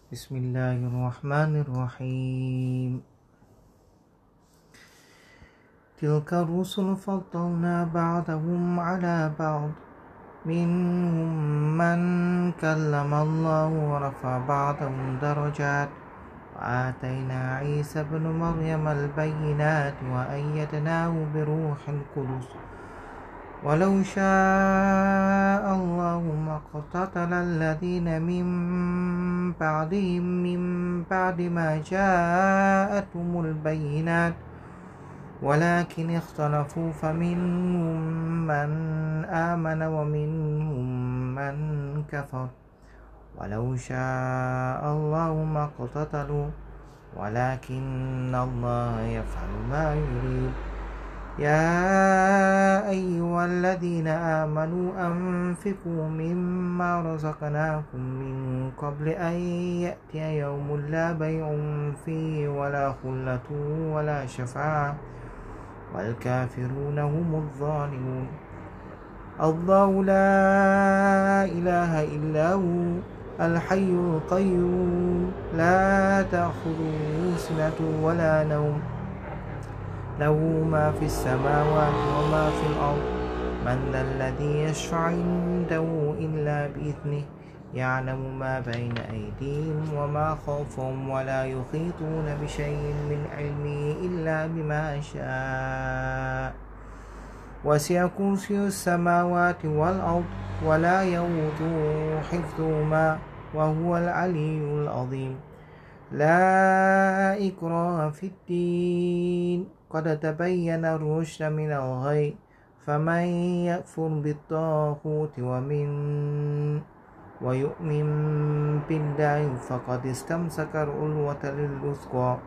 بسم الله الرحمن الرحيم. تلك الرسل فضلنا بعضهم على بعض، منهم من كلم الله ورفع بعضهم درجات، وآتينا عيسى ابن مريم البينات وأيدناه بروح القدس، ولو شاء الله ما اقتتل الذين من بعدهم من بعد ما جاءتهم البينات، ولكن اختلفوا فمنهم من آمن ومنهم من كفر، ولو شاء الله ما اقتتلوا ولكن الله يفعل ما يريد. يا أيها الذين آمنوا أنفقوا مما رزقناكم من قبل أن يأتي يوم لا بيع فيه ولا خلة ولا شفاعة والكافرون هم الظالمون. الله لا إله إلا هو الحي القيوم، لا تأخذه سنة ولا نوم، له ما في السماوات وما في الأرض. من ذا الذي يشفع عنده إلا بإذنه، يعلم ما بين أيديهم وما خلفهم، ولا يحيطون بشيء من علمه إلا بما شاء. وسع كرسي السماوات والأرض ولا يؤوده حفظهما وهو العلي العظيم. لا إكراه في الدين، قد تبين الرشد من الغي، فمن يكفر بالطاغوت ويؤمن بالله فقد استمسك العروة الوثقى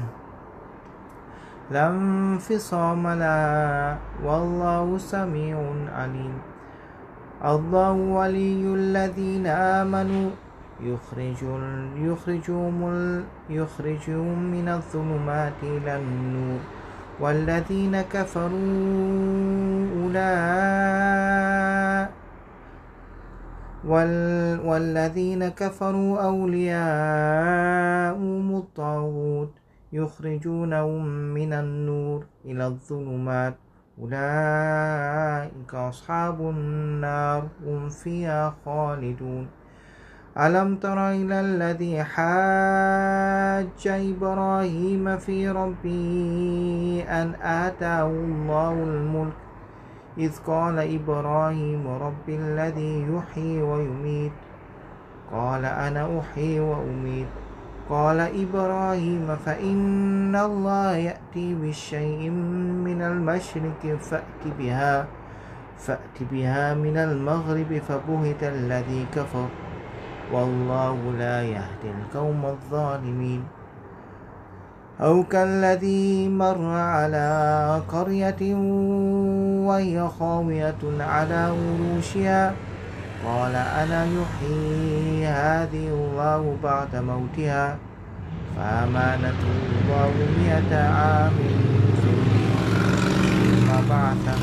لا انفصام لها، والله سميع عليم. الله ولي الذين آمنوا يخرجهم من الظلمات إلى النور، والذين كفروا أولياءهم الطاغوت يخرجونهم من النور إلى الظلمات، أولئك أصحاب النار هم فيها خالدون. ألم تر إلى الذي حاج إبراهيم في ربه أن آتاه الله الملك، إذ قال إبراهيم رب الذي يحيي ويميت، قال أنا أحيي وأميت. قال إبراهيم فإن الله يأتي بالشيء من المشرق فأت بها من المغرب، فبهت الذي كفر، والله لا يهدي القوم الظالمين. أو كالذي مر على قرية وهي خاوية على عروشها، قال أنا يحيي هذه الله بعد موتها، فأماته الله 100 عام ثم بعثه.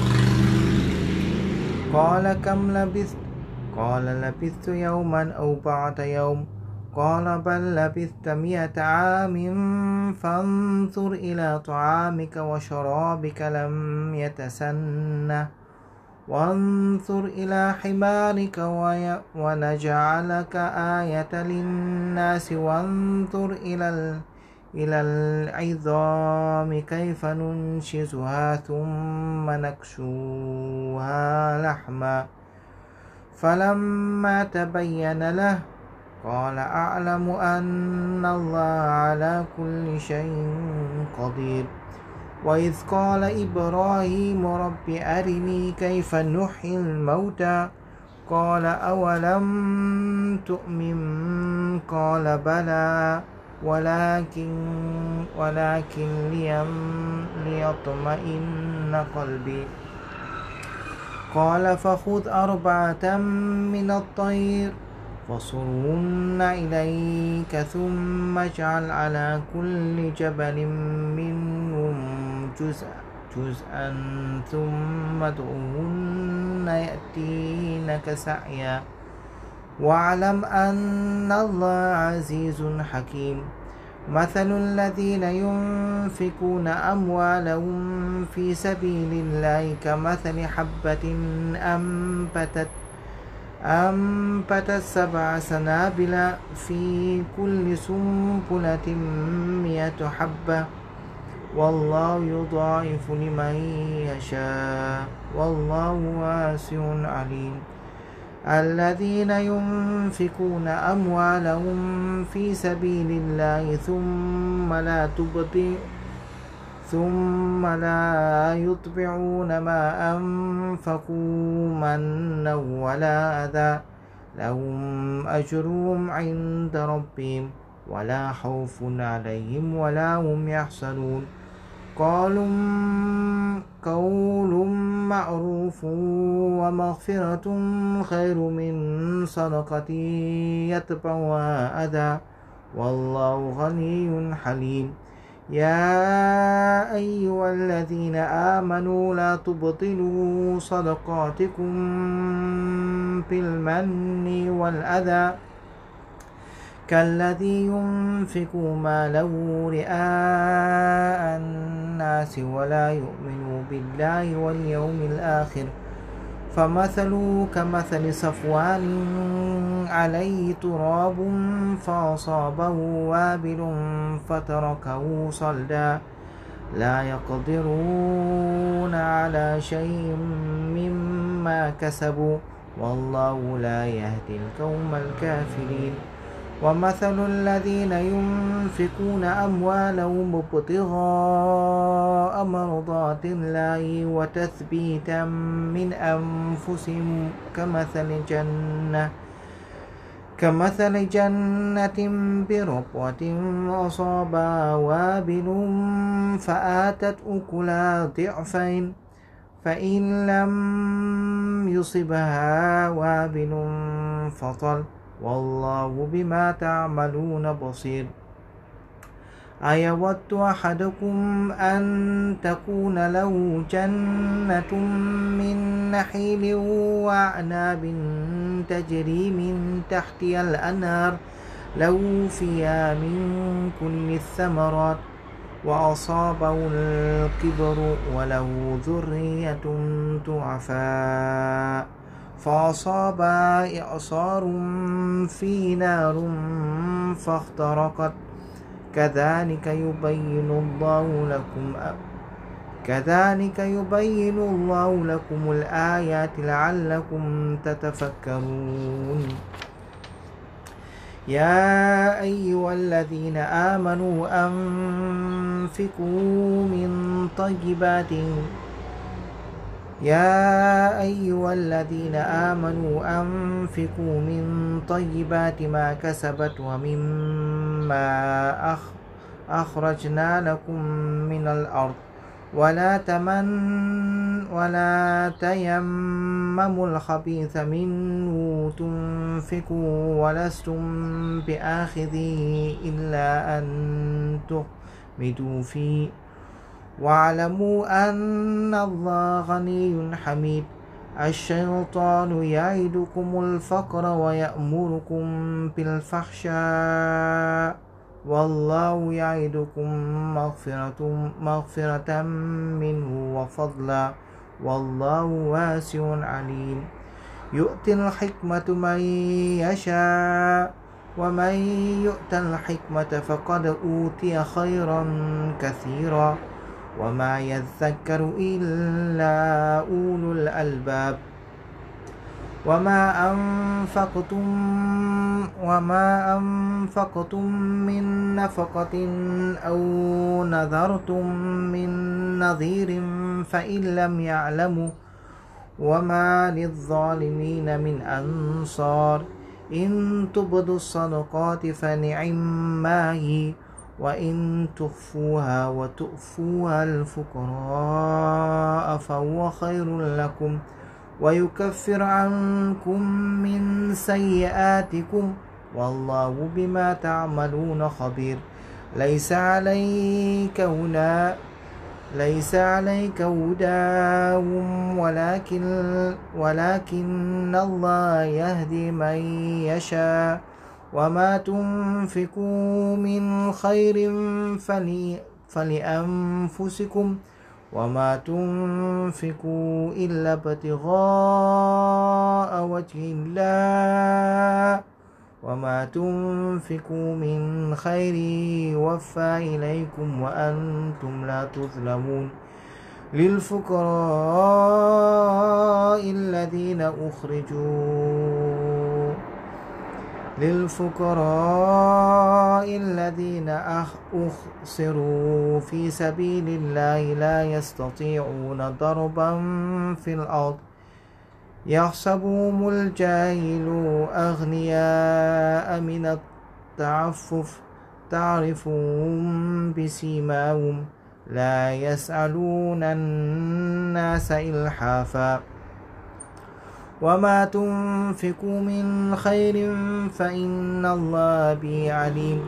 قال كم لبثت؟ قال لبثت يوما أو بعض يوم. قال بل لبثت 100 عام، فانظر إلى طعامك وشرابك لم يتسنه، وانظر إلى حمارك ونجعلك آية للناس، وانظر إلى العظام كيف ننشزها ثم نكسوها لحما. فلما تبين له قال أعلم أن الله على كل شيء قدير. وإذ قال إبراهيم رب أرني كيف نحيي الموتى، قال أولم تؤمن، قال بلى ولكن ليطمئن قلبي. قال فخذ 4 من الطير فصرهن إليك، ثم اجعل على كل جبل منهم جزءا ثم ادعهن يأتينك سعيا، واعلم أن الله عزيز حكيم مثل الذين ينفقون أموالهم في سبيل الله كمثل حبة أنبتت 7 سنابل في كل سنبلة 100 حبة والله يضاعف لمن يشاء والله واسع عليم الذين ينفقون أموالهم في سبيل الله ثم لا يتبعون ما أنفقوا منا ولا أذى لهم أجرهم عند ربهم ولا خوف عليهم ولا هم يحزنون قول معروف ومغفرة خير من صدقة يتبعها أذى والله غني حليم يا أيها الذين آمنوا لا تبطلوا صدقاتكم بالمن والأذى كالذي ينفق ماله رئاء الناس ولا يؤمن بالله واليوم الآخر فمثله كمثل صفوان عليه تراب فأصابه وابل فتركه صلدا لا يقدرون على شيء مما كسبوا والله لا يهدي القوم الكافرين ومثل الذين ينفقون أموالهم ابتغاء مرضات الله وتثبيتا من أنفسهم كمثل جنة بربوة أصابها وابل فآتت أكلها ضعفين فإن لم يصبها وابل فطل والله بما تعملون بصير أيود أحدكم أن تكون له جنة من نخيل وأعناب تجري من تحتها الأنهار له فيها من كل الثمرات وأصابه الكبر وله ذرية ضعفاء فأصاب إعصار في نار فاحترقت كذلك يبين الله لكم الآيات لعلكم تتفكرون يا أيها الذين آمنوا أنفقوا من طيبات ما كسبت ومما أخرجنا لكم من الأرض ولا تيمموا الخبيث منه تنفقوا ولستم بآخذيه إلا أن تغمضوا فيه واعلموا أن الله غني حميد الشيطان يعدكم الفقر ويأمركم بالفحشاء والله يعدكم مغفرة منه وفضلا والله واسع عليم يؤتي الحكمة من يشاء ومن يؤت الحكمة فقد أوتي خيرا كثيرا وما يذكر إلا أولو الألباب وما أنفقتم من نفقة أو نذرتم من نذير فإن لم يعلموا وما للظالمين من أنصار إن تبدوا الصدقات فنعما هي وإن تخفوها وتؤفوها الفقراء فهو خير لكم ويكفر عنكم من سيئاتكم والله بما تعملون خبير ليس عليك ليس عليك هداهم ولكن الله يهدي من يشاء وما تنفقوا من خير فلأنفسكم وما تنفقوا إلا ابتغاء وجه الله وما تنفقوا من خير يوفى إليكم وأنتم لا تظلمون للفقراء الذين أحصروا في سبيل الله لا يستطيعون ضربا في الأرض يحسبهم الجاهل أغنياء من التعفف تعرفهم بسيماهم لا يسألون الناس إلحافا وما تنفقوا من خير فإن الله به عليم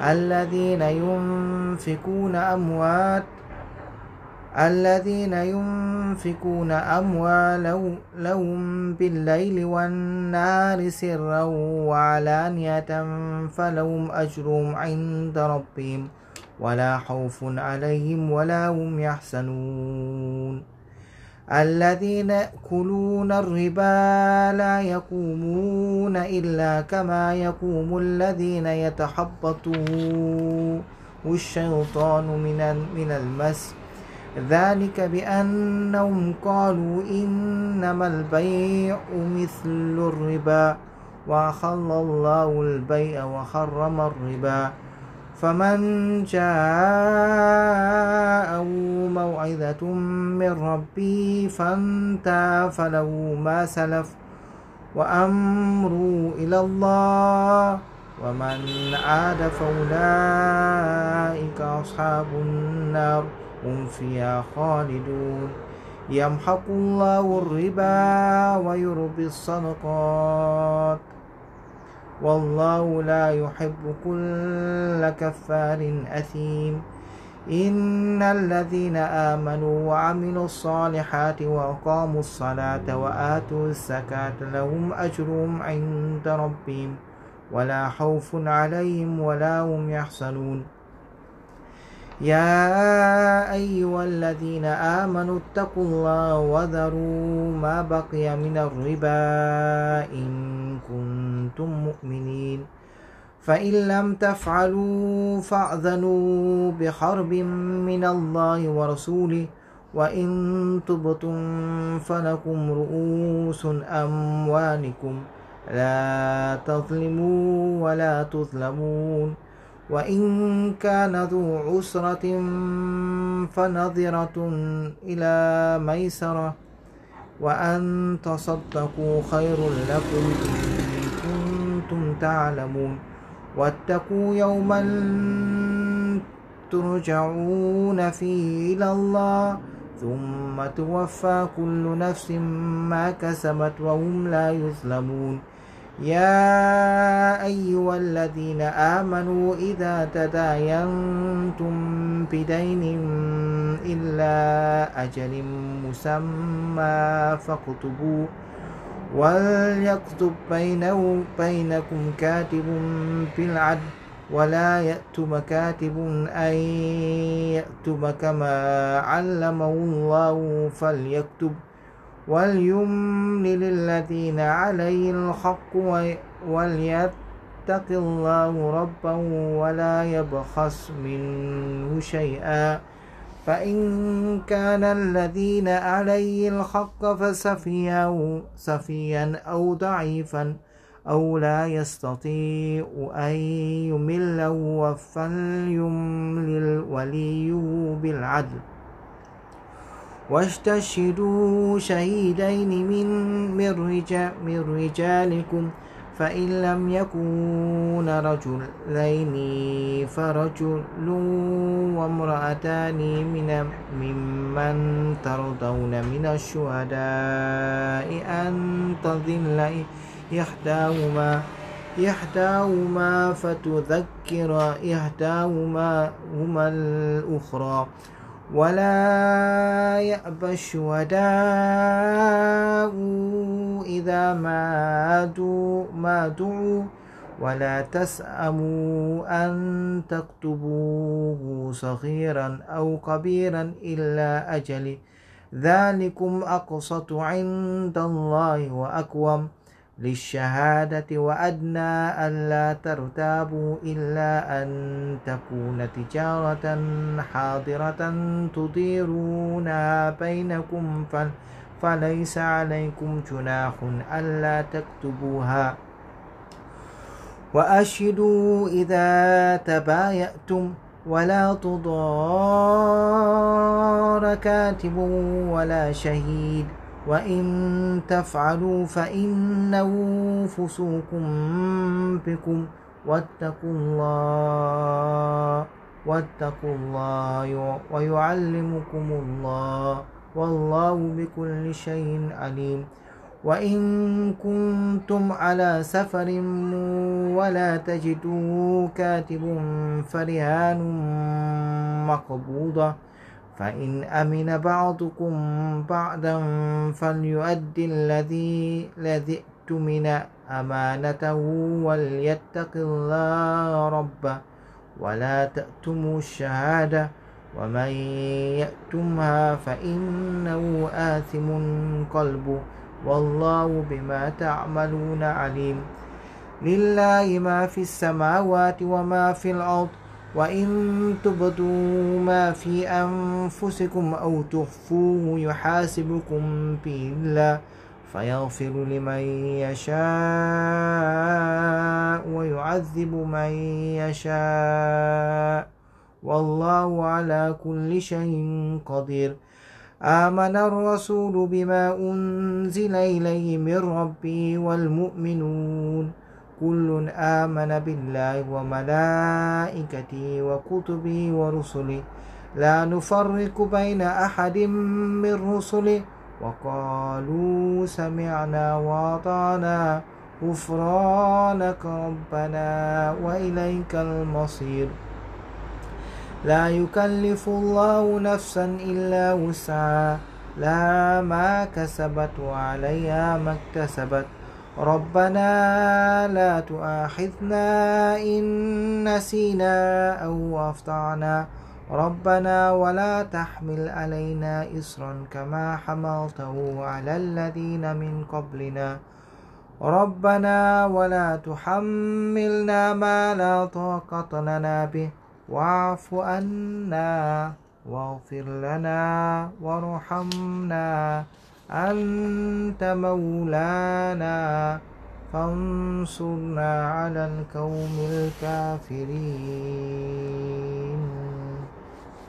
الذين ينفقون أموالهم بالليل والنهار سرا وعلانية فلهم أجرهم عند ربهم ولا خوف عليهم ولا هم يحزنون الذين يأكلون الربا لا يقومون إلا كما يقوم الذين يتخبطه الشيطان من المس ذلك بأنهم قالوا إنما البيع مثل الربا وأحل الله البيع وحرم الربا فمن جاءه موعظة من ربه فانتهى فله ما سلف وأمره إلى الله ومن عاد فأولئك أصحاب النار هم فيها خالدون يمحق الله الربا ويربي الصدقات والله لا يحب كل كفار أثيم إن الذين آمنوا وعملوا الصالحات وأقاموا الصلاة وآتوا الزكاة لهم أجرهم عند ربهم ولا خوف عليهم ولا هم يحزنون يا أيها الذين آمنوا اتقوا الله وذروا ما بقي من الربا إن كنتم مؤمنين فإن لم تفعلوا فأذنوا بحرب من الله ورسوله وإن تبتم فلكم رؤوس أموالكم لا تظلموا ولا تظلمون وإن كان ذو عسرة فنظرة إلى ميسرة وأن تصدقوا خير لكم إن كنتم تعلمون واتقوا يوما ترجعون فيه إلى الله ثم توفى كل نفس ما كسبت وهم لا يظلمون يا أيها الذين آمنوا إذا تداينتم بدين إلى أجل مسمى فاكتبوه وليكتب بينكم كاتب بالعدل ولا يأتم كاتب أن يأتم كما علمه الله فليكتب وليملل الذين عليه الحق وليتق الله ربه ولا يبخس منه شيئا فإن كان الذين عليه الحق فسفيا أو ضعيفا أو لا يستطيع أن يمله فليملل وليه بالعدل واستشهدوا شهيدين من رجالكم فإن لم يكونا رجلين فرجل وامرأتان ممن ترضون من الشهداء أن تضل إحداهما فتذكر إحداهما الأخرى ولا يأبى الشهداء إذا ما دعوا ولا تسأموا أن تكتبوه صغيرا أو كبيرا إلا أجل ذلكم أقسط عند الله وأقوم للشهادة وأدنى ألا ترتابوا إلا أن تكون تجارة حاضرة تديرونها بينكم فليس عليكم جناح ألا تكتبوها وأشهدوا إذا تبايعتم ولا تضار كاتب ولا شهيد وإن تفعلوا فإنه فسوق بكم واتقوا الله ويعلمكم الله والله بكل شيء عليم وإن كنتم على سفر ولا تجدوا كاتب فرهان مقبوضة فإن أمن بعضكم بعضا فليؤدي الذي اؤتمن أمانته وليتق الله ربه ولا تأتموا الشهادة ومن يأتمها فإنه آثم قلبه والله بما تعملون عليم لله ما في السماوات وما في الأرض وإن تبدوا ما في أنفسكم أو تخفوه يحاسبكم به الله فيغفر لمن يشاء ويعذب من يشاء والله على كل شيء قدير آمن الرسول بما أنزل إليه من ربه والمؤمنون كل آمن بالله وملائكته وكتبه ورسله لا نفرق بين أحد من رسله وقالوا سمعنا وأطعنا غفرانك ربنا وإليك المصير لا يكلف الله نفسا إلا وسعها لها ما كسبت وعليها ما اكتسبت ربنا لا تؤاخذنا إن نسينا أو أخطأنا ربنا ولا تحمل علينا إصرا كما حملته على الذين من قبلنا ربنا ولا تحملنا ما لا طاقة لنا به واعف عنا واغفر لنا وارحمنا أنت مولانا فانصرنا على القوم الكافرين.